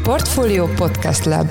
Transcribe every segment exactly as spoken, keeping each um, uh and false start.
Portfolio Podcast Lab.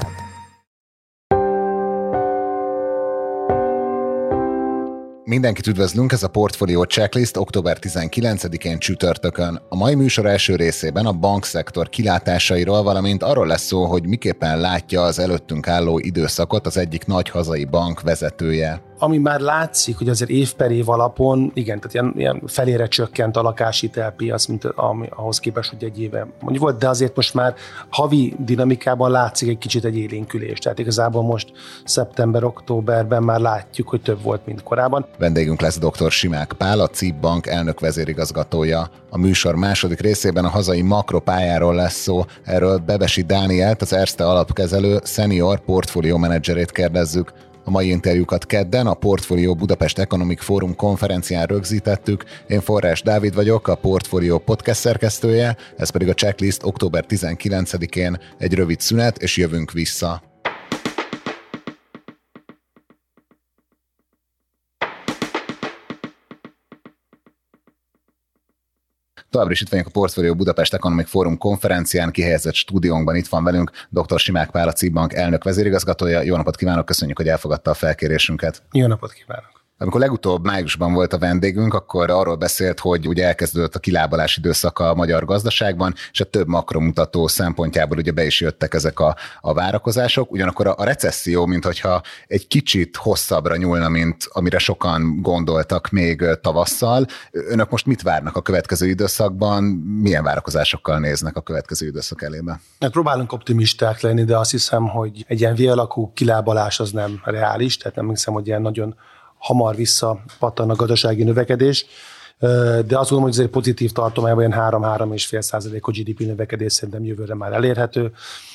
Mindenkit üdvözlünk, ez a Portfolio Checklist október tizenkilencedikén csütörtökön. A mai műsor első részében a bankszektor kilátásairól, valamint arról lesz szó, hogy miképpen látja az előttünk álló időszakot az egyik nagy hazai bank vezetője. Ami már látszik, hogy azért év per év alapon, igen, tehát ilyen, ilyen felére csökkent a lakáshitelpiac, mint ami, ahhoz képest, hogy egy éve mondjuk volt, de azért most már havi dinamikában látszik egy kicsit egy élénkülés. Tehát igazából most szeptember-októberben már látjuk, hogy több volt, mint korábban. Vendégünk lesz dr. Simák Pál, a cé i bé Bank elnök vezérigazgatója. A műsor második részében a hazai makropályáról lesz szó. Erről Bebesi Dánielt, az Erste alapkezelő senior portfólió menedzserét kérdezzük. A mai interjúkat kedden a Portfolio Budapest Economic Forum konferencián rögzítettük. Én Forrás Dávid vagyok, a Portfolio podcast szerkesztője, ez pedig a checklist október tizenkilencedikén. Egy rövid szünet, és jövünk vissza. Továbbra is itt vagyunk a Portfolio Budapest Economic Forum konferencián, kihelyezett stúdiónkban itt van velünk dr. Simák Pál, a cé i bé Bank elnök vezérigazgatója. Jó napot kívánok, köszönjük, hogy elfogadta a felkérésünket. Jó napot kívánok! Amikor legutóbb májusban volt a vendégünk, akkor arról beszélt, hogy ugye elkezdődött a kilábalás időszaka a magyar gazdaságban, és a több makromutató szempontjából ugye be is jöttek ezek a, a várakozások. Ugyanakkor a, a recesszió, minthogyha egy kicsit hosszabbra nyúlna, mint amire sokan gondoltak még tavasszal. Önök most mit várnak a következő időszakban? Milyen várakozásokkal néznek a következő időszak elébe? Próbálunk optimisták lenni, de azt hiszem, hogy egy ilyen V-alakú kilábalás az nem reális, tehát nem hiszem, hogy ilyen nagyon hamar visszapattan a gazdasági növekedés, de azt gondolom, hogy azért pozitív tartományban ilyen három-három egész öt százalékos gé dé pé növekedés szerintem jövőre már elérhető.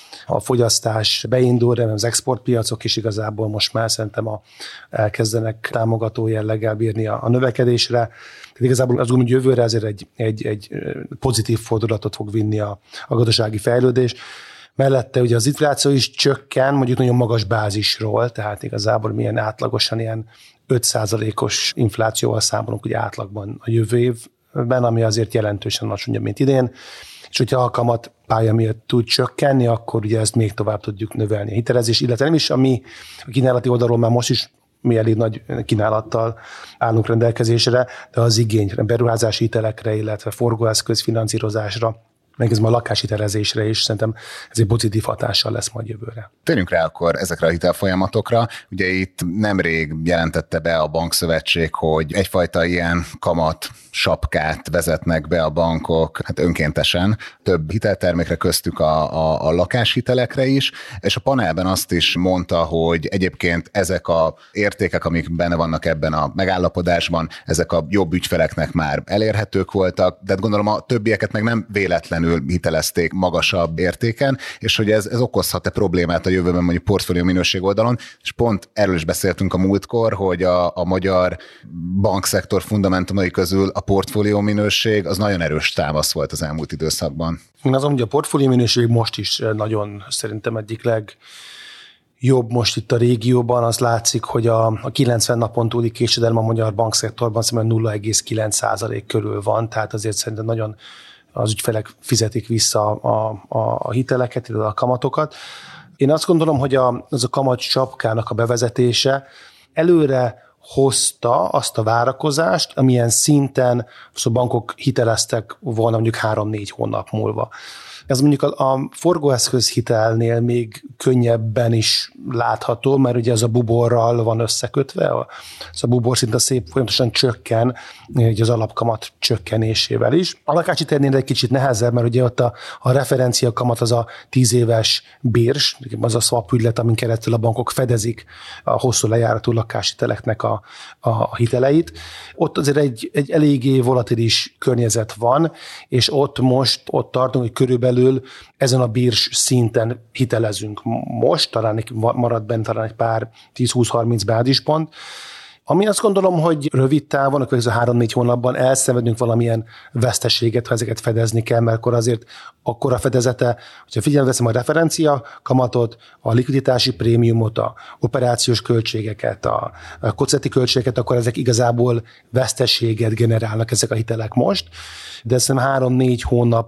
A fogyasztás beindul, de az exportpiacok is igazából most már szerintem a, elkezdenek támogató jelleggel bírni a, a növekedésre. Tehát igazából azt gondolom, hogy jövőre ezért egy, egy, egy pozitív fordulatot fog vinni a, a gazdasági fejlődés. Mellette ugye az infláció is csökken, mondjuk nagyon magas bázisról, tehát igazából milyen átlagosan ilyen öt százalékos inflációval számolunk ugye átlagban a jövő évben, ami azért jelentősen alacsonyabb, mint idén. És hogyha a kamat pálya miatt tud csökkenni, akkor ugye ezt még tovább tudjuk növelni a hitelezés, illetve nem is a mi a kínálati oldalról már most is mi elég nagy kínálattal állunk rendelkezésre, de az igény beruházási hitelekre, illetve forgóeszköz finanszírozásra, meg ez ma a lakáshitelezésre is, szerintem ez egy pozitív hatással lesz majd jövőre. Térjünk rá akkor ezekre a hitelfolyamatokra. Ugye itt nemrég jelentette be a bankszövetség, hogy egyfajta ilyen kamat sapkát vezetnek be a bankok, hát önkéntesen, több hiteltermékre, köztük a, a, a lakáshitelekre is, és a panelben azt is mondta, hogy egyébként ezek a értékek, amik benne vannak ebben a megállapodásban, ezek a jobb ügyfeleknek már elérhetők voltak, de gondolom a többieket meg nem véletlenül hitelezték magasabb értéken, és hogy ez, ez okozhat-e problémát a jövőben mondjuk portfólió minőség oldalon, és pont erről is beszéltünk a múltkor, hogy a, a magyar bankszektor fundamentumai közül a portfólió minőség az nagyon erős támasz volt az elmúlt időszakban. Én azon, hogy a portfólió minőség most is nagyon szerintem egyik legjobb most itt a régióban, az látszik, hogy a, a kilencven napon túli késedelem a magyar bankszektorban szerintem nulla egész kilenc százalék körül van, tehát azért szerintem nagyon az ügyfelek fizetik vissza a, a, a hiteleket, illetve a kamatokat. Én azt gondolom, hogy a, az a kamat sapkának a bevezetése előre hozta azt a várakozást, amilyen szinten a bankok hiteleztek volna mondjuk három-négy hónap múlva. Ez mondjuk a, a forgóeszköz hitelnél még könnyebben is látható, mert ugye ez a buborral van összekötve, ez a bubor szinte szép folyamatosan csökken, ugye az alapkamat csökkenésével is. A lakáshitelnél egy kicsit nehezebb, mert ugye ott a, a referencia kamat az a tíz éves bérs, az a swap ügylet, amin keresztül a bankok fedezik a hosszú lejáratú lakáshiteleknek a, a hiteleit. Ott azért egy, egy eléggé volatilis környezet van, és ott most ott tartunk, hogy körülbelül ezen a bírs szinten hitelezünk most, talán marad benne talán egy pár tíz-húsz-harminc bázispont, ami azt gondolom, hogy rövid távon, a következő három-négy hónapban elszenvedünk valamilyen veszteséget, ha ezeket fedezni kell, mert akkor azért akkora fedezete, hogyha figyelembe veszem a referencia kamatot, a likviditási prémiumot, a operációs költségeket, a kockázati költségeket, akkor ezek igazából veszteséget generálnak ezek a hitelek most, de szerintem három-négy hónap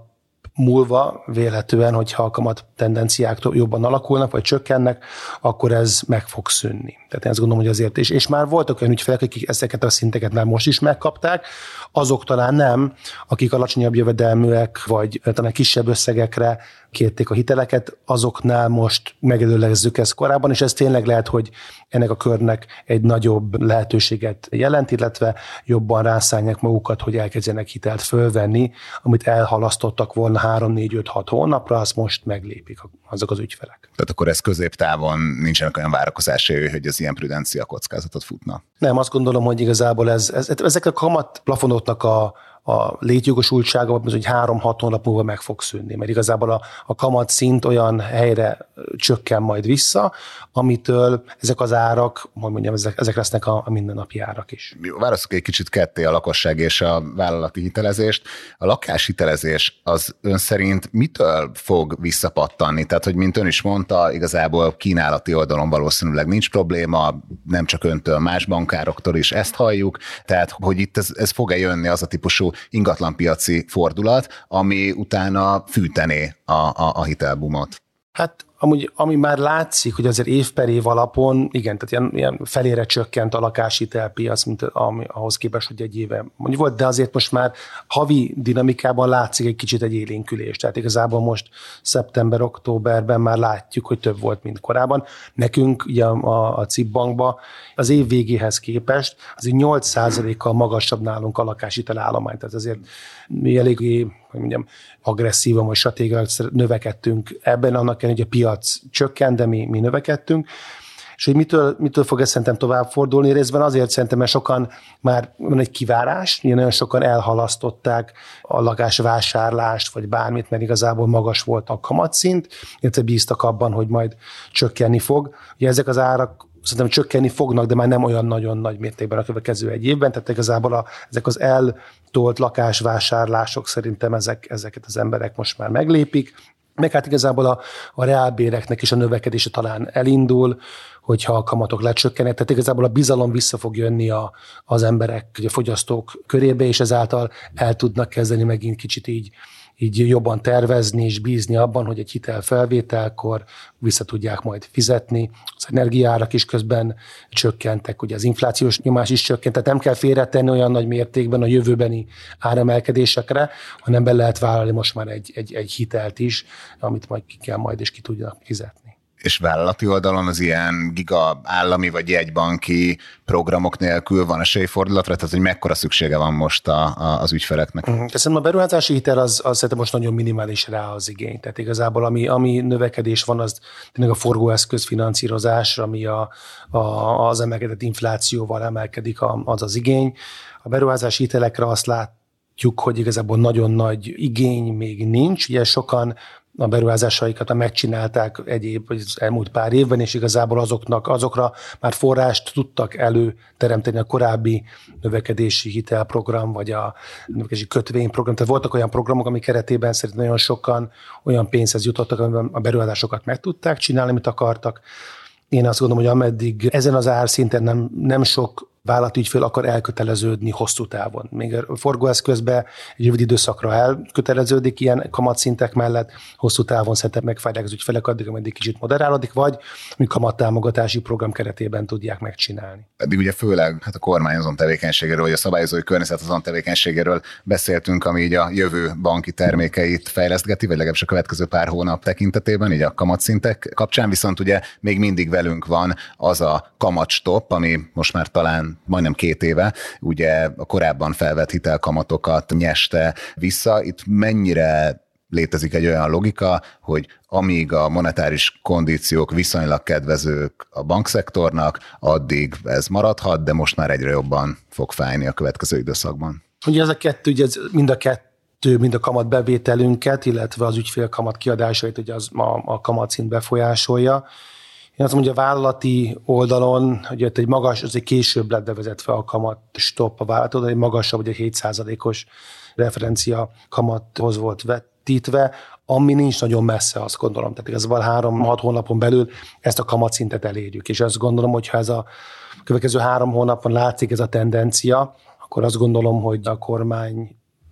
múlva véletlenül, hogyha a kamat tendenciák jobban alakulnak, vagy csökkennek, akkor ez meg fog szűnni. Tehát én azt gondolom, hogy azért is. És már voltak olyan ügyfelek, akik ezeket a szinteket már most is megkapták, azok talán nem, akik alacsonyabb jövedelműek, vagy talán kisebb összegekre kérték a hiteleket, azoknál most megelőlegezzük ezt korábban, és ez tényleg lehet, hogy ennek a körnek egy nagyobb lehetőséget jelent, illetve jobban rászállják magukat, hogy elkezdjenek hitelt fölvenni, amit elhalasztottak volna három, négy, öt, hat hónapra, azt most meglépik azok az ügyfelek. Tehát akkor ez középtávon nincsenek olyan várakozásai, hogy az ilyen prudencia kockázatot futna? Nem, azt gondolom, hogy igazából ez, ez, ezek a kamat plafonoknak a a létjogosultsága, hogy három-hat hónap múlva meg fog szűnni, mert igazából a, a kamat szint olyan helyre csökken majd vissza, amitől ezek az árak, hogy mondjam, ezek, ezek lesznek a, a mindennapi árak is. Válasszuk egy kicsit ketté a lakosság és a vállalati hitelezést. A lakáshitelezés az ön szerint mitől fog visszapattanni? Tehát, hogy mint ön is mondta, igazából kínálati oldalon valószínűleg nincs probléma, nem csak öntől, más bankároktól is ezt halljuk, tehát, hogy itt ez, ez fog-e jönni az a típusú ingatlanpiaci fordulat, ami utána fűtené a, a, a hitelbumot? Hát amúgy, ami már látszik, hogy azért év per év alapon, igen, tehát ilyen, ilyen felére csökkent a lakáshitelpiac, mint ami, ahhoz képest, hogy egy éve mondjuk volt, de azért most már havi dinamikában látszik egy kicsit egy élénkülés. Tehát igazából most szeptember-októberben már látjuk, hogy több volt, mint korábban. Nekünk ugye a, a cé i bé bankban az év végéhez képest azért nyolc százalékkal magasabb nálunk a lakáshitel állomány. Tehát azért mi eléggé, hogy mondjam, agresszívan vagy stratégiailag növekedtünk ebben, annak ellenére, hogy a piac csökkent, de mi, mi növekedtünk. És hogy mitől, mitől fog ez szerintem tovább fordulni? Részben azért szerintem, mert sokan már van egy kivárás, nagyon sokan elhalasztották a lakásvásárlást, vagy bármit, mert igazából magas volt a kamatszint, illetve bíztak abban, hogy majd csökkenni fog. Ugye ezek az árak szerintem csökkenni fognak, de már nem olyan nagyon nagy mértékben a következő egy évben, tehát igazából a, ezek az eltolt lakásvásárlások szerintem ezek, ezeket az emberek most már meglépik, meg hát igazából a, a reálbéreknek is a növekedése talán elindul, hogyha a kamatok lecsökkenek, tehát igazából a bizalom vissza fog jönni a, az emberek, a fogyasztók körébe, és ezáltal el tudnak kezdeni megint kicsit így így jobban tervezni és bízni abban, hogy egy hitelfelvételkor vissza tudják majd fizetni. Az energiaárak is közben csökkentek, ugye az inflációs nyomás is csökkent, tehát nem kell félretenni olyan nagy mértékben a jövőbeni áremelkedésekre, hanem be lehet vállalni most már egy, egy, egy hitelt is, amit majd ki kell majd és ki tudja fizetni. És vállalati oldalon az ilyen giga állami vagy jegybanki programok nélkül van esélyfordulatra, tehát hogy mekkora szüksége van most a, a, az ügyfeleknek? Uh-huh. Szerintem a beruházási hitel az, az szerintem most nagyon minimális rá az igény. Tehát igazából ami, ami növekedés van, az tényleg a forgóeszköz finanszírozás, ami a, a, az emelkedett inflációval emelkedik az az igény. A beruházási hitelekre azt látjuk, hogy igazából nagyon nagy igény még nincs. Ugye sokan a beruházásaikat megcsinálták egyéb, vagy az elmúlt pár évben, és igazából azoknak, azokra már forrást tudtak előteremteni a korábbi növekedési hitelprogram, vagy a növekedési kötvényprogram. Tehát voltak olyan programok, ami keretében szerintem nagyon sokan olyan pénzhez jutottak, amiben a beruházásokat meg tudták csinálni, amit akartak. Én azt gondolom, hogy ameddig ezen az árszinten nem, nem sok vállalatügyfél akar elköteleződni hosszú távon. Még a forgóeszközben egy rövid időszakra elköteleződik ilyen kamatszintek mellett, hosszú távon szerintem megfárják az ügyfelek addig, ameddig kicsit moderálódik, vagy mi kamattámogatási program keretében tudják megcsinálni. Eddig ugye főleg hát a kormány azon tevékenységéről, vagy a szabályozói környezet azon tevékenységéről beszéltünk, ami így a jövő banki termékeit fejlesztgeti, vagy legalábbis a következő pár hónap tekintetében, így a kamatszintek kapcsán, viszont ugye még mindig velünk van az a kamatstopp, ami most már talán majdnem két éve, ugye a korábban felvett hitelkamatokat nyeste vissza. Itt mennyire létezik egy olyan logika, hogy amíg a monetáris kondíciók viszonylag kedvezők a bankszektornak, addig ez maradhat, de most már egyre jobban fog fájni a következő időszakban. Ugye ez a kettő, ugye ez mind a kettő, mind a kamatbevételünket, illetve az ügyfél kamat kiadásait, ugye az a, a kamatszint befolyásolja. Én azt mondom, hogy a vállalati oldalon, hogy egy magas, az egy később lett bevezetve a kamat stop a vállalaton, egy magasabb, vagy egy hét százalékos referencia kamathoz volt vetítve, ami nincs nagyon messze, azt gondolom. Tehát igazából három-hat hónapon belül ezt a kamatszintet elérjük. És azt gondolom, hogy ha ez a következő három hónapon látszik ez a tendencia, akkor azt gondolom, hogy a kormány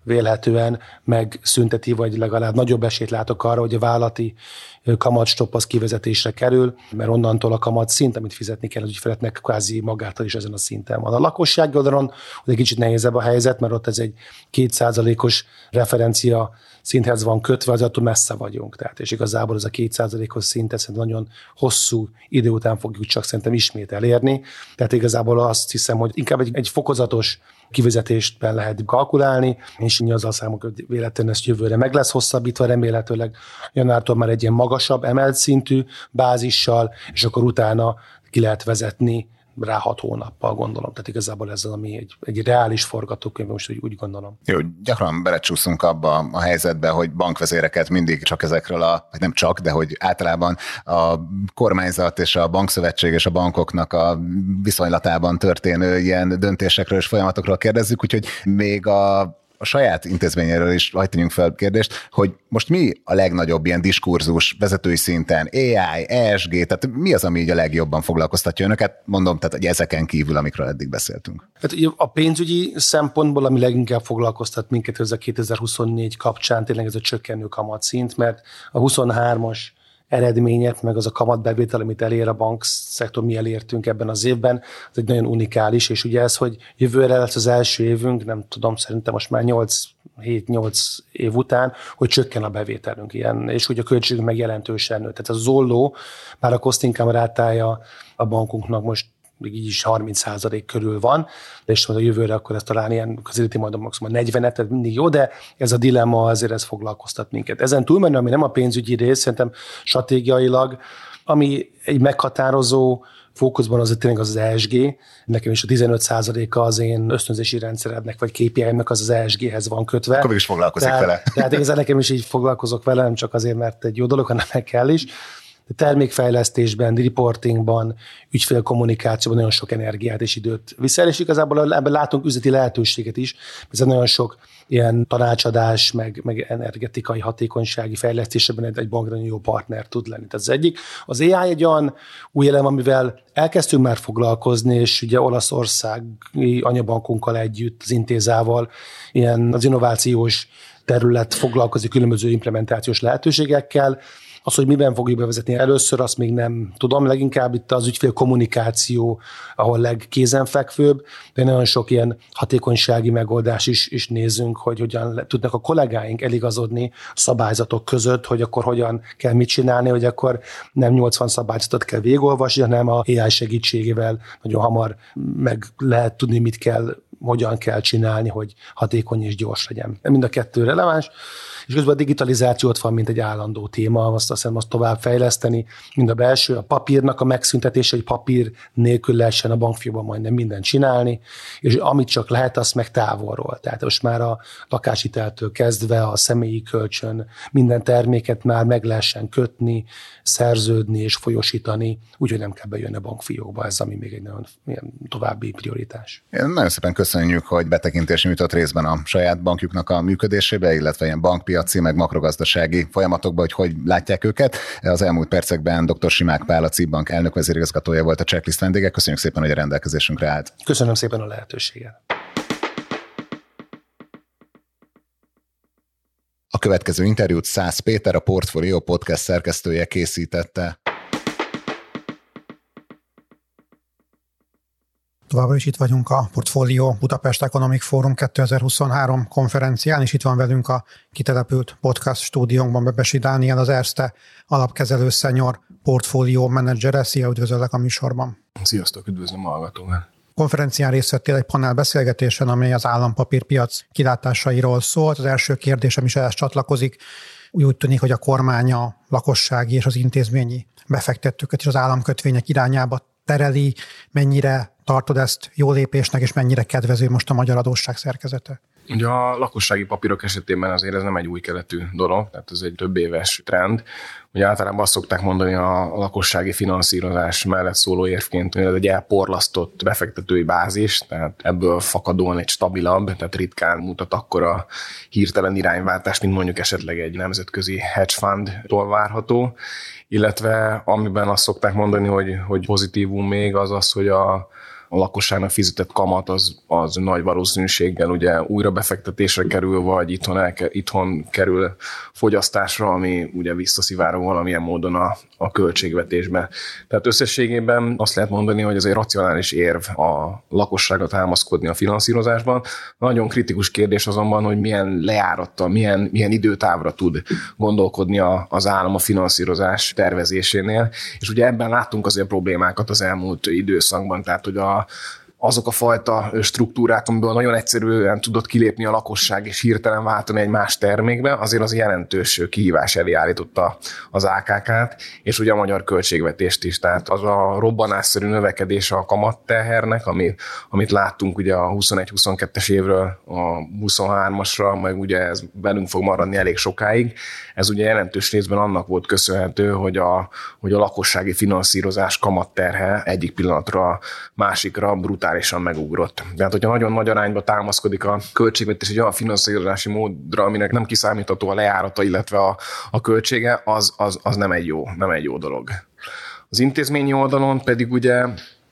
vélhetően megszünteti, vagy legalább nagyobb esélyt látok arra, hogy a vállalati kamatstopp az kivezetésre kerül, mert onnantól a kamat szint, amit fizetni kell az ügyfeleknek, kvázi magától is ezen a szinten van. A lakossági oldalon egy kicsit nehézebb a helyzet, mert ott ez egy két százalékos referencia szinthez van kötve, az attól messze vagyunk. Tehát, és igazából ez a két százalékos szint, ezt nagyon hosszú idő után fogjuk csak szerintem ismét elérni. Tehát igazából azt hiszem, hogy inkább egy, egy fokozatos kivezetésben lehet kalkulálni, és így azzal számok, hogy véletlenül ezt jövőre meg lesz hosszabbítva, remélhetőleg januártól már egy ilyen magasabb, emelt szintű bázissal, és akkor utána ki lehet vezetni rá hat hónappal, gondolom. Tehát igazából ez az, ami egy, egy reális forgatókönyv, most úgy, úgy gondolom. Jó, gyakran belecsúszunk abba a helyzetbe, hogy bankvezéreket mindig csak ezekről a, vagy nem csak, de hogy általában a kormányzat és a bankszövetség és a bankoknak a viszonylatában történő ilyen döntésekről és folyamatokról kérdezzük, úgyhogy még a a saját intézményéről is hadd tegyünk fel kérdést, hogy most mi a legnagyobb ilyen diskurzus vezetői szinten, á i, é es gé, tehát mi az, ami így a legjobban foglalkoztatja önöket? Mondom, tehát hogy ezeken kívül, amikről eddig beszéltünk. Hát a pénzügyi szempontból, ami leginkább foglalkoztat minket ez a kétezer-huszonnégy kapcsán, tényleg ez a csökkenő kamatszint, mert a huszonhármas eredményet, meg az a kamatbevétel, amit elér a bankszektor, mi elértünk ebben az évben, az egy nagyon unikális, és ugye ez, hogy jövőre lesz az első évünk, nem tudom, szerintem most már nyolc hét-nyolc év után, hogy csökken a bevételünk ilyen, és hogy a költségünk meg jelentősen nő. Tehát a zolló, már a cost income rátája a bankunknak most még így is harminc százalék körül van, és a jövőre akkor ezt talán ilyen közelíti majd a maximum negyvenet, tehát mindig jó, de ez a dilemma azért ez foglalkoztat minket. Ezen túlmenő, ami nem a pénzügyi rész, szerintem stratégiailag, ami egy meghatározó fókuszban az tényleg az az é es gé. Nekem is a tizenöt százaléka az én ösztönzési rendszeremnek, vagy ká pé í-nek az az é es géhez van kötve. Akkor is foglalkozik tehát, vele. Tehát igazán nekem is így foglalkozok vele, nem csak azért, mert egy jó dolog, hanem meg kell is. Termékfejlesztésben, reportingban, ügyfélkommunikációban nagyon sok energiát és időt viszel, és igazából ebben látunk üzleti lehetőséget is, ez nagyon sok ilyen tanácsadás, meg, meg energetikai hatékonysági fejlesztésében egy, egy bankra nagyon jó partner tud lenni. Tehát az egyik. Az á i egy olyan új elem, amivel elkezdtünk már foglalkozni, és ugye olaszországi anyabankunkkal együtt, az Intézával, ilyen az innovációs terület foglalkozik különböző implementációs lehetőségekkel. Az, hogy miben fogjuk bevezetni először, azt még nem tudom, leginkább itt az ügyfél kommunikáció, ahol legkézenfekvőbb, de nagyon sok ilyen hatékonysági megoldás is, is nézzünk, hogy hogyan tudnak a kollégáink eligazodni szabályzatok között, hogy akkor hogyan kell mit csinálni, hogy akkor nem nyolcvan szabályzatot kell végigolvasni, hanem a á i segítségével nagyon hamar meg lehet tudni, mit kell, hogyan kell csinálni, hogy hatékony és gyors legyen. Mind a kettő releváns. És közben a digitalizáció ott van, mint egy állandó téma, azt hiszem azt tovább fejleszteni, mind a belső, a papírnak a megszüntetése, hogy papír nélkül lehessen a bankfióban majdnem mindent csinálni, és amit csak lehet, azt meg távolról. Tehát most már a lakáshiteltől kezdve a személyi kölcsön, minden terméket már meg lehessen kötni, szerződni és folyosítani, úgyhogy nem kell bejönni a bankfiókba, ez ami még egy nagyon ilyen további prioritás. Én nagyon szépen köszönjük, hogy betekintés nyújtott részben a saját bankjuknak a működésébe, illetve ilyen bankpiaci, meg makrogazdasági folyamatokba, hogy hogy látják őket. Az elmúlt percekben dr. Simák Pál, a cé i bé Bank elnök vezérigazgatója volt a checklist vendége. Köszönjük szépen, hogy a rendelkezésünkre állt. Köszönöm szépen a lehetőséget. A következő interjút Szász Péter, a Portfolio Podcast szerkesztője készítette. Továbbra is itt vagyunk a Portfolio Budapest Economic Forum kétezer-huszonhárom konferencián, és itt van velünk a kitelepült podcast stúdiónkban Bebesi Dániel, az Erste alapkezelő senior portfólió menedzsere. Szia, üdvözöllek a műsorban. Sziasztok, üdvözlöm a hallgatókat. Konferencián részt vettél egy panel beszélgetésen, amely az állampapírpiac kilátásairól szólt. Az első kérdésem is ehhez csatlakozik. Úgy, úgy tűnik, hogy a kormány a lakossági és az intézményi befektetőket és az államkötvények irányába tereli. Mennyire tartod ezt jó lépésnek, és mennyire kedvező most a magyar adósság szerkezete? Ugye a lakossági papírok esetében azért ez nem egy új keletű dolog, tehát ez egy több éves trend. Ugye általában azt szokták mondani a lakossági finanszírozás mellett szóló érvként, hogy ez egy elporlasztott befektetői bázis, tehát ebből fakadóan egy stabilabb, tehát ritkán mutat akkora hirtelen irányváltás, mint mondjuk esetleg egy nemzetközi hedge fundtól várható. Illetve amiben azt szokták mondani, hogy, hogy pozitívum még az az, hogy a a lakosságnak fizetett kamat az, az nagy valószínűséggel ugye újra befektetésre kerül, vagy itthon, elke, itthon kerül fogyasztásra, ami ugye visszaszivárog valamilyen módon a, a költségvetésbe. Tehát összességében azt lehet mondani, hogy ez egy racionális érv a lakosságra támaszkodni a finanszírozásban. Nagyon kritikus kérdés azonban, hogy milyen lejárattal, milyen, milyen időtávra tud gondolkodni a, az állam a finanszírozás tervezésénél. És ugye ebben láttunk azért problémákat az elmúlt időszakban, tehát hogy a azok a fajta struktúrák, amiből nagyon egyszerűen tudott kilépni a lakosság és hirtelen váltani egy más termékbe, azért az jelentős kihívás elé állította az á ká ká-t, és ugye a magyar költségvetést is. Tehát az a robbanásszerű növekedés a kamatterhernek, amit, amit láttunk ugye a huszonegy-huszonkettes évről a huszonhármasra, meg ugye ez velünk fog maradni elég sokáig. Ez ugye jelentős részben annak volt köszönhető, hogy a, hogy a lakossági finanszírozás kamatterhe egyik pillanatra a másikra brutálisan megugrott. Tehát, hogyha nagyon nagy arányba támaszkodik a költségvetés egy olyan finanszírozási módra, aminek nem kiszámítható a lejárata, illetve a, a költsége, az, az, az nem egy jó, nem egy jó dolog. Az intézményi oldalon pedig ugye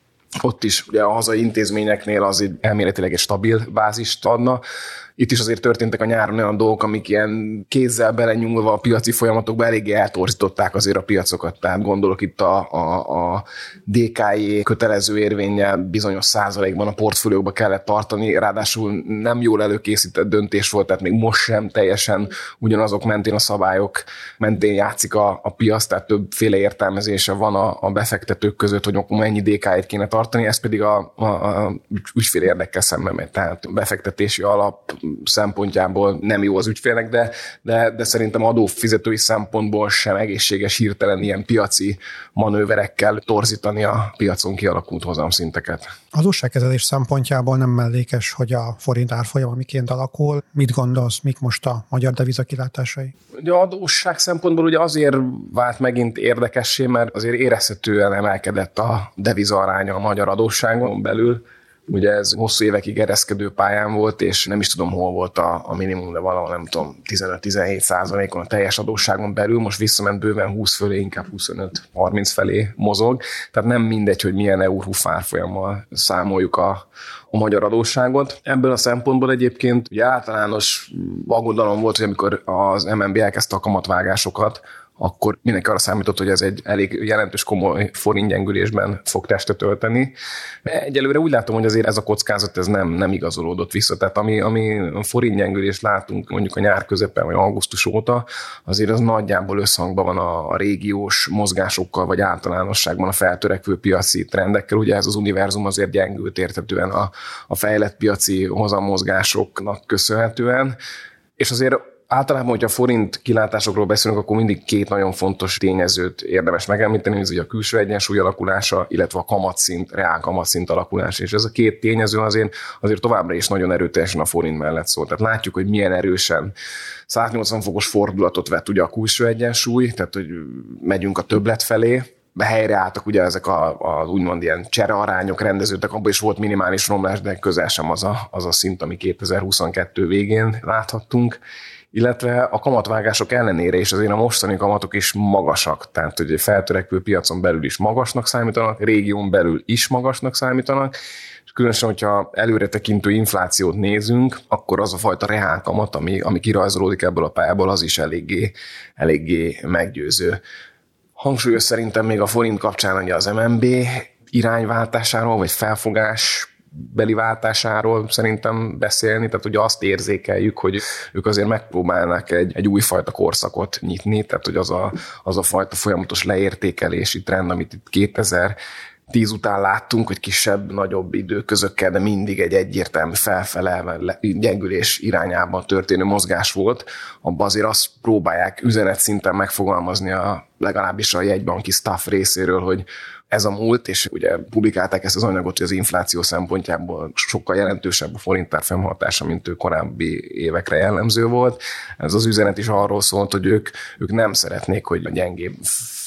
ott is ugye a hazai intézményeknél az egy elméletileg egy stabil bázist adna. Itt is azért történtek a nyáron olyan dolgok, amik ilyen kézzel belenyúlva a piaci folyamatokba eléggé eltorzították azért a piacokat. Tehát gondolok itt a, a, a dé ká é kötelező érvénnyel bizonyos százalékban a portfóliókba kellett tartani, ráadásul nem jól előkészített döntés volt, tehát még most sem teljesen ugyanazok mentén a szabályok mentén játszik a, a piac, tehát többféle értelmezése van a, a befektetők között, hogy mennyi dé ká é-t kéne tartani, ez pedig a, a, a ügyfél érdekkel szemben megy. Tehát befektetési alap szempontjából nem jó az ügyfélnek, de, de, de szerintem adófizetői szempontból sem egészséges hirtelen ilyen piaci manőverekkel torzítani a piacon kialakult hozamszinteket. Az adósságkezelés szempontjából nem mellékes, hogy a forint árfolyama miként alakul. Mit gondolsz, mik most a magyar deviza kilátásai? Ugye az adósság szempontból ugye azért vált megint érdekessé, mert azért érezhetően emelkedett a deviza aránya a magyar adósságon belül. Ugye ez hosszú évekig ereszkedő pályán volt, és nem is tudom, hol volt a, a minimum, de valahol nem tudom, tizenöt-tizenhét százalékon a teljes adósságon belül, most visszament bőven húsz fölé, inkább huszonöt-harminc felé mozog. Tehát nem mindegy, hogy milyen euró árfolyammal számoljuk a, a magyar adósságot. Ebből a szempontból egyébként ugye általános aggodalom volt, hogy amikor az em en bé elkezdte a kamatvágásokat, akkor mindenki arra számított, hogy ez egy elég jelentős komoly forintgyengülésben fog testet ölteni. Egyelőre úgy látom, hogy azért ez a kockázat ez nem, nem igazolódott vissza. Tehát ami, ami forintgyengülést látunk mondjuk a nyár közepén vagy augusztus óta, azért az nagyjából összhangban van a, a régiós mozgásokkal, vagy általánosságban a feltörekvő piaci trendekkel. Ugye ez az univerzum azért gyengült érthetően a, a fejlett piaci hozammozgásoknak köszönhetően. És azért általában, hogyha forint kilátásokról beszélünk, akkor mindig két nagyon fontos tényezőt érdemes megemlíteni, ez ugye a külső egyensúly alakulása, illetve a kamatszint, reál kamatszint alakulása. És ez a két tényező azért, azért továbbra is nagyon erőteljesen a forint mellett szól. Tehát látjuk, hogy milyen erősen száznyolcvan fokos fordulatot vett ugye a külső egyensúly, tehát hogy megyünk a többlet felé, helyreálltak ugye ezek a, a úgymond ilyen cserearányok rendeződtek, abban is volt minimális romlás, de közel sem az a, az a szint, ami kétezer-huszonkettő végén láthattunk. Illetve a kamatvágások ellenére is azért a mostani kamatok is magasak, tehát hogy feltörekvő piacon belül is magasnak számítanak, régión belül is magasnak számítanak, és különösen, hogyha előretekintő inflációt nézünk, akkor az a fajta reál kamat, ami, ami kirajzolódik ebből a pályából, az is eléggé, eléggé meggyőző. Hangsúlyos szerintem még a forint kapcsán ugye az em en bé irányváltásáról, vagy felfogás beli váltásáról szerintem beszélni, tehát ugye azt érzékeljük, hogy ők azért megpróbálnak egy, egy újfajta korszakot nyitni, tehát hogy az a, az a fajta folyamatos leértékelési trend, amit itt kétezer-tíz után láttunk, hogy kisebb, nagyobb időközökkel, de mindig egy egyértelmű felfele, gyengülés irányában történő mozgás volt, abban azért azt próbálják üzenetszinten megfogalmazni a, legalábbis a jegybanki staff részéről, hogy ez a múlt, és ugye publikálták ezt az anyagot, hogy az infláció szempontjából sokkal jelentősebb a forint árfolyam hatása, mint ő korábbi évekre jellemző volt. Ez az üzenet is arról szólt, hogy ők, ők nem szeretnék, hogy a gyengébb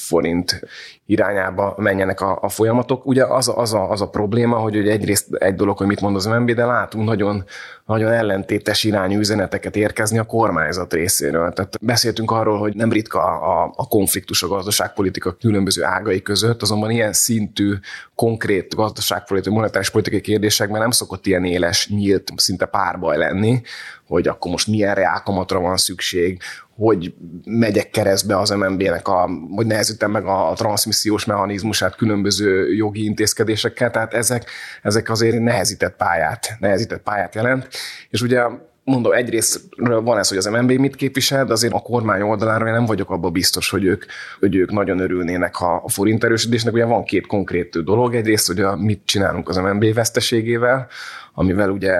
forint irányába menjenek a, a folyamatok. Ugye az a, az, a, az a probléma, hogy ugye egyrészt egy dolog, hogy mit mond az em en bé, de látunk nagyon, nagyon ellentétes irányú üzeneteket érkezni a kormányzat részéről. Tehát beszéltünk arról, hogy nem ritka a, a konfliktus a gazdaságpolitika különböző ágai között, azonban ilyen szintű, konkrét gazdaságpolitikai, monetáris politikai kérdésekben nem szokott ilyen éles, nyílt, szinte párbaj lenni, hogy akkor most milyen reálkamatra van szükség, hogy megyek keresztbe az em en bé-nek, a, hogy nehezítem meg a, a transzmissziós mechanizmusát különböző jogi intézkedésekkel, tehát ezek, ezek azért nehezített pályát, nehezített pályát jelent, és ugye mondom, egyrésztről van ez, hogy az em en bé mit képvisel, de azért a kormány oldaláról én nem vagyok abban biztos, hogy ők, hogy ők nagyon örülnének a forint erősödésnek. Ugye van két konkrét dolog. Egyrészt, hogy a, mit csinálunk az em en bé veszteségével, amivel ugye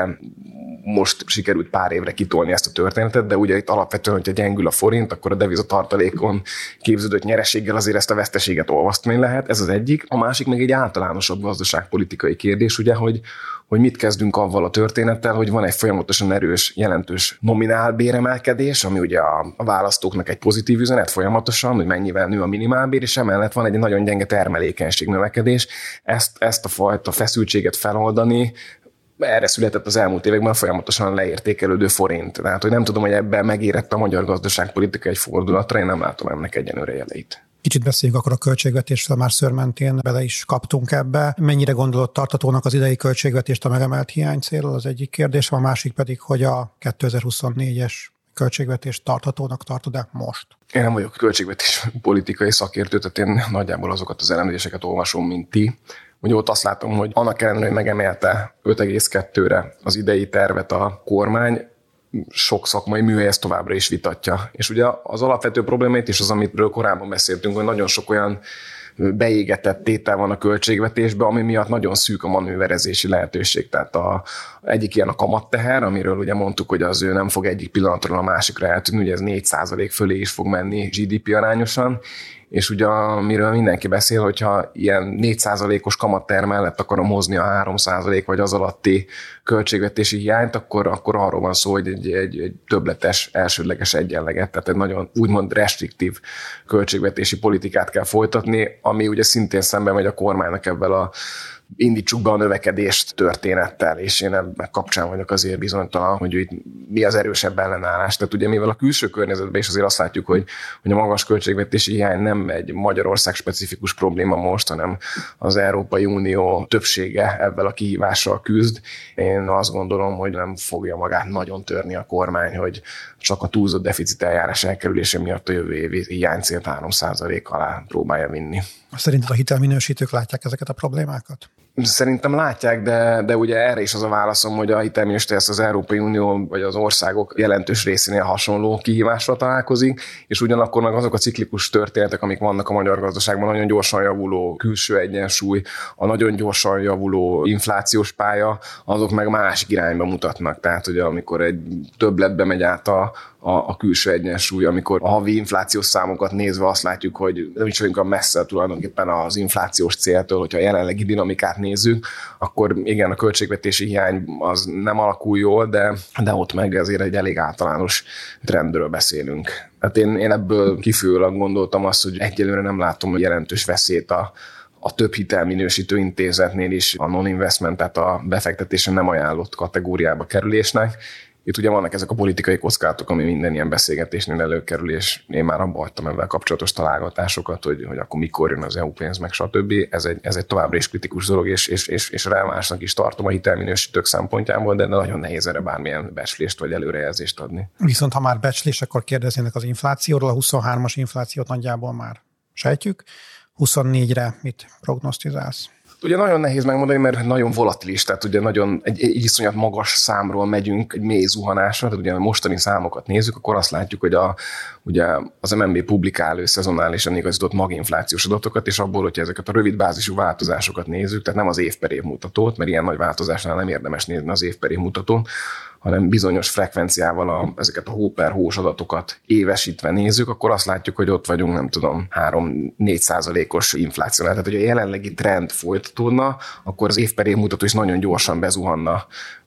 most sikerült pár évre kitolni ezt a történetet, de ugye itt alapvetően, hogyha gyengül a forint, akkor a devizatartalékon képződött nyereséggel azért ezt a veszteséget olvasztani lehet. Ez az egyik. A másik meg egy általánosabb gazdaságpolitikai kérdés, ugye, hogy, hogy mit kezdünk avval a történettel, hogy van egy folyamatosan erős, jelentős nominál béremelkedés, ami ugye a, a választóknak egy pozitív üzenet folyamatosan, hogy mennyivel nő a minimálbér, és emellett van egy nagyon gyenge termelékenység növekedés. Ezt, ezt a fajta feszültséget feloldani, erre született az elmúlt években folyamatosan leértékelődő forint. Tehát, hogy nem tudom, hogy ebben megérett a magyar gazdaságpolitika egy fordulatra, én nem látom ennek egyenlőre jeleit. Kicsit beszéljünk akkor a költségvetésről, már szőrmentén bele is kaptunk ebbe. Mennyire gondolod tartatónak az idei költségvetést a megemelt hiánycéllal, az egyik kérdés, a másik pedig, hogy a kétezer-huszonnégyes költségvetést tarthatónak tartod-e most? Én nem vagyok költségvetés politikai szakértő, tehát én nagyjából azokat az elemzéseket olvasom, mint ti. Ugye ott azt látom, hogy annak ellenére, hogy megemelte öt egész kettőre az idei tervet a kormány, sok szakmai műhely ezt továbbra is vitatja. És ugye az alapvető problémát is az, amitről korábban beszéltünk, hogy nagyon sok olyan beégetett tétel van a költségvetésben, ami miatt nagyon szűk a manőverezési lehetőség. Tehát a, egyik ilyen a kamatteher, amiről ugye mondtuk, hogy az ő nem fog egyik pillanatról a másikra eltűnni, ugye ez négy százalék fölé is fog menni gé dé pé arányosan, és ugye amiről mindenki beszél, hogyha ilyen négy százalékos kamatteher mellett akarom hozni a három százalék vagy az alatti költségvetési hiányt, akkor, akkor arról van szó, hogy egy, egy, egy többletes, elsődleges egyenleget, tehát egy nagyon úgymond restriktív költségvetési politikát kell folytatni, ami ugye szintén szemben megy a kormánynak ebben a indítsuk be a növekedést történettel, és én ebben kapcsán vagyok azért bizonytalan, hogy itt mi az erősebb ellenállás. Tehát ugye mivel a külső környezetben is azért azt látjuk, hogy, hogy a magas költségvetési hiány nem egy Magyarország specifikus probléma most, hanem az Európai Unió többsége ebben a kihívással küzd. Én azt gondolom, hogy nem fogja magát nagyon törni a kormány, hogy csak a túlzott deficit eljárás elkerülése miatt a jövő évi hiánycélt három százalék alá próbálja vinni. Szerinted a hitelminősítők látják ezeket a problémákat? Szerintem látják, de, de ugye erre is az a válaszom, hogy a hitelminősítő ezt az Európai Unió vagy az országok jelentős részénél hasonló kihívásra találkozik, és ugyanakkor meg azok a ciklikus történetek, amik vannak a magyar gazdaságban, nagyon gyorsan javuló külső egyensúly, a nagyon gyorsan javuló inflációs pálya, azok meg másik irányba mutatnak. Tehát ugye amikor egy többletbe megy át a A, a külső egyensúly, amikor a havi inflációs számokat nézve azt látjuk, hogy nem is vagyunk a messze tulajdonképpen az inflációs céltól, hogyha a jelenlegi dinamikát nézzük, akkor igen, a költségvetési hiány az nem alakul jól, de, de ott meg azért egy elég általános trendről beszélünk. Hát én, én ebből kifolyólag gondoltam azt, hogy egyelőre nem látom jelentős veszélyt a a több hitelminősítő intézetnél is a non-investment, tehát a befektetésen nem ajánlott kategóriába kerülésnek. Itt ugye vannak ezek a politikai kockázatok, ami minden ilyen beszélgetésnél előkerül, és én már abba hagytam ebben kapcsolatos találgatásokat, hogy, hogy akkor mikor jön az é u pénz, meg stb. Ez egy, ez egy továbbra is kritikus dolog, és, és, és, és relevásnak is tartom a hitelminősítők szempontjából, de nagyon nehéz erre bármilyen becslést vagy előrejelzést adni. Viszont ha már becslés, akkor kérdeznének az inflációról, a huszonhármas inflációt nagyjából már sejtjük. huszonnégyre mit prognosztizálsz? Ugye nagyon nehéz megmondani, mert nagyon volatilis, tehát ugye nagyon egy, egy iszonyat magas számról megyünk, egy mély zuhanásra, tehát ugye a mostani számokat nézzük, akkor azt látjuk, hogy a, ugye az em en bé publikál ő szezonálisan igazított maginflációs adatokat, és abból, hogyha ezeket a rövid bázisú változásokat nézzük, tehát nem az év per év mutatót, mert ilyen nagy változásnál nem érdemes nézni az év per év mutatón, hanem bizonyos frekvenciával a, ezeket a hó per hós adatokat évesítve nézzük, akkor azt látjuk, hogy ott vagyunk, nem tudom, három-négy százalékos infláció. Tehát, hogy a jelenlegi trend folytatódna, akkor az év per év mutató is nagyon gyorsan bezuhanna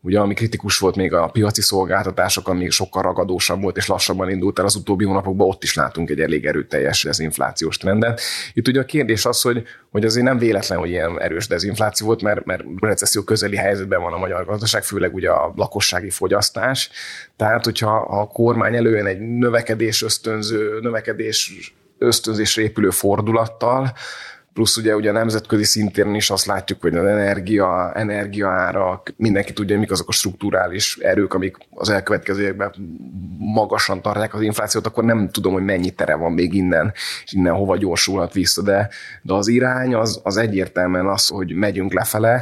ugye ami kritikus volt még a piaci szolgáltatások, ami sokkal ragadósabb volt és lassabban indult el az utóbbi hónapokban, ott is látunk egy elég erőteljes dezinflációs trendet. Itt ugye a kérdés az, hogy, hogy azért nem véletlen, hogy ilyen erős dezinfláció volt, mert, mert recesszió közeli helyzetben van a magyar gazdaság, főleg ugye a lakossági fogyasztás. Tehát, hogyha a kormány előjön egy növekedés ösztönző, növekedés ösztönzésre épülő fordulattal, plusz ugye, ugye a nemzetközi szintéren is azt látjuk, hogy az energia, energiaárak, mindenki tudja, mik azok a strukturális erők, amik az elkövetkező években magasan tartják az inflációt, akkor nem tudom, hogy mennyi tere van még innen, és innen hova gyorsulhat vissza, de, de az irány az, az egyértelműen az, hogy megyünk lefele,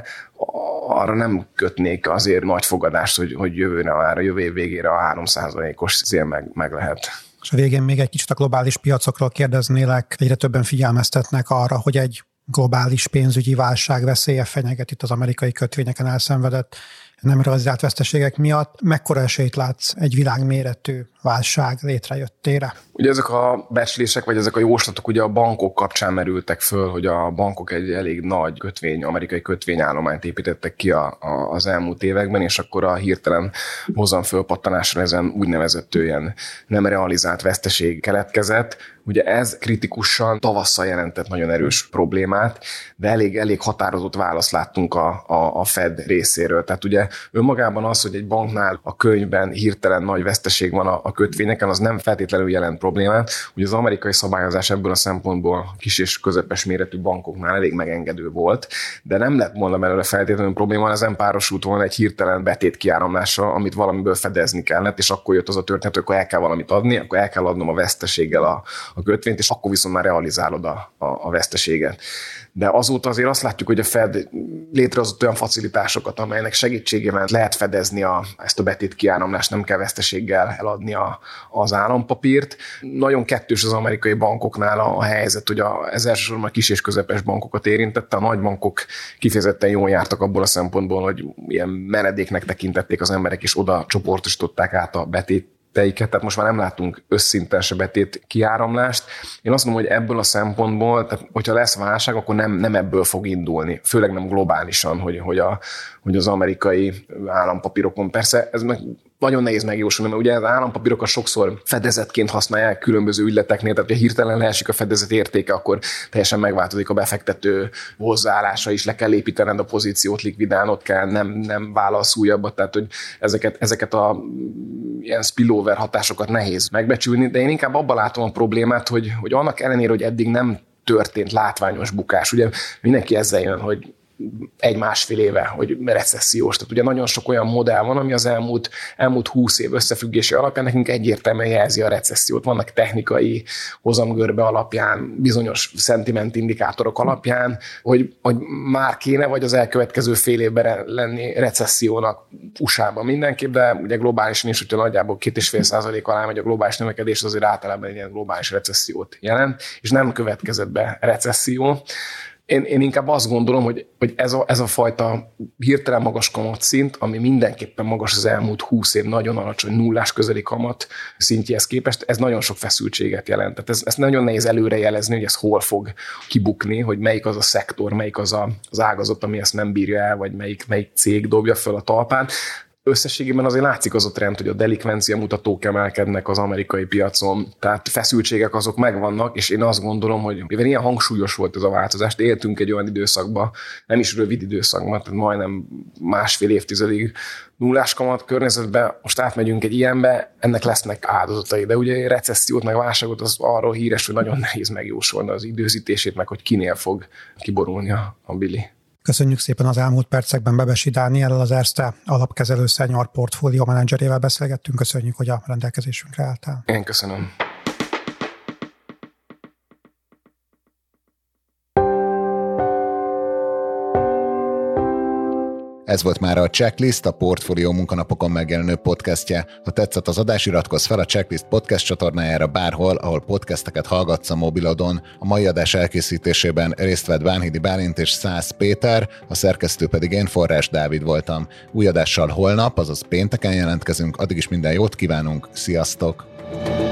arra nem kötnék azért nagy fogadást, hogy, hogy jövőre már, jövő év végére a három százalékos cél meg, meg lehet. És a végén még egy kicsit a globális piacokról kérdeznélek. Egyre többen figyelmeztetnek arra, hogy egy globális pénzügyi válság veszélye fenyeget itt az amerikai kötvényeken elszenvedett nem realizált veszteségek miatt. Mekkora esélyt látsz egy világméretű válság létrejöttére? Ugye ezek a becslések, vagy ezek a jóslatok ugye a bankok kapcsán merültek föl, hogy a bankok egy elég nagy kötvény, amerikai kötvényállományt építettek ki a, a, az elmúlt években, és akkor a hirtelen hozam fölpattanásra ezen úgynevezett ilyen nem realizált veszteség keletkezett. Ugye ez kritikusan tavasszal jelentett nagyon erős problémát, de elég, elég határozott választ láttunk a, a, a Fed részéről. Tehát ugye önmagában az, hogy egy banknál a könyvben hirtelen nagy veszteség van a, a kötvényeken, az nem feltétlenül jelent problémát. Ugye az amerikai szabályozás ebből a szempontból kis és közepes méretű bankoknál elég megengedő volt, de nem lett volna belőle feltétlenül probléma, ezen párosult volna egy hirtelen betét kiáramlása, amit valamiből fedezni kellett, és akkor jött az a történet, hogy akkor el kell valamit adni, akkor el kell adnom a veszteséggel a, a kötvényt, és akkor viszont már realizálod a, a, a veszteséget. De azóta azért azt látjuk, hogy a Fed létrehozott olyan facilitásokat, amelynek segítségével lehet fedezni a, ezt a betét kiáramlást, nem kell veszteséggel eladni a, az állampapírt. Nagyon kettős az amerikai bankoknál a, a helyzet, hogy a, ez elsősorban a kis és közepes bankokat érintette, a nagy bankok kifejezetten jól jártak abból a szempontból, hogy ilyen menedéknek tekintették az emberek, és oda csoportosították át a betét, tehát most már nem látunk összszinten se betét kiáramlást. Én azt mondom, hogy ebből a szempontból, tehát hogyha lesz válság, akkor nem, nem ebből fog indulni, főleg nem globálisan, hogy, hogy, a, hogy az amerikai állampapírokon. Persze ez meg nagyon nehéz megjósolni, mert ugye az állampapírokat sokszor fedezetként használják különböző ügyleteknél, tehát ha hirtelen leesik a fedezet értéke, akkor teljesen megváltozik a befektető hozzáállása is, le kell építened a pozíciót, likvidálnod kell, nem, nem vállalsz újabbat, tehát hogy ezeket, ezeket a ilyen spillover hatásokat nehéz megbecsülni, de én inkább abban látom a problémát, hogy, hogy annak ellenére, hogy eddig nem történt látványos bukás, ugye mindenki ezzel jön, hogy egy-másfél éve, hogy recessziós. Tehát ugye nagyon sok olyan modell van, ami az elmúlt, elmúlt húsz év összefüggése alapján nekünk egyértelműen jelzi a recessziót. Vannak technikai hozamgörbe alapján, bizonyos szentiment indikátorok alapján, hogy, hogy már kéne, vagy az elkövetkező fél évben lenni recessziónak u es á-ban mindenképp, de ugye globálisan is, hogyha nagyjából két és fél százalék alá megy a globális növekedés, azért általában egy ilyen globális recessziót jelent, és nem következett be recesszió. Én, én inkább azt gondolom, hogy, hogy ez, a, ez a fajta hirtelen magas kamatszint, ami mindenképpen magas az elmúlt húsz év nagyon alacsony nullás közeli kamat szintjéhez képest, ez nagyon sok feszültséget jelent. Tehát ez, ez nagyon nehéz előrejelezni, hogy ez hol fog kibukni, hogy melyik az a szektor, melyik az a, az ágazat, ami ezt nem bírja el, vagy melyik, melyik cég dobja föl a talpán. Összességében azért látszik az a trend, hogy a delikvencia mutatók emelkednek az amerikai piacon, tehát feszültségek azok megvannak, és én azt gondolom, hogy mivel ilyen hangsúlyos volt ez a változás, éltünk egy olyan időszakba, nem is rövid időszakban, tehát majdnem másfél évtizedig nullás kamat környezetben, most átmegyünk egy ilyenbe, ennek lesznek áldozatai, de ugye recessziót meg válságot az arról híres, hogy nagyon nehéz megjósolni az időzítését, meg hogy kinél fog kiborulni a, a bili. Köszönjük szépen az elmúlt percekben Bebesi Dániellel, az Erste alapkezelő senior portfólió menedzserével beszélgettünk. Köszönjük, hogy a rendelkezésünkre álltál. Én köszönöm. Ez volt már a Checklist, a Portfólió munkanapokon megjelenő podcastje. Ha tetszett az adás, iratkozz fel a Checklist podcast csatornájára bárhol, ahol podcasteket hallgatsz a mobilodon. A mai adás elkészítésében részt vett Bánhidi Bálint és Szász Péter, a szerkesztő pedig én, Forrás Dávid voltam. Új adással holnap, azaz pénteken jelentkezünk, addig is minden jót kívánunk, sziasztok!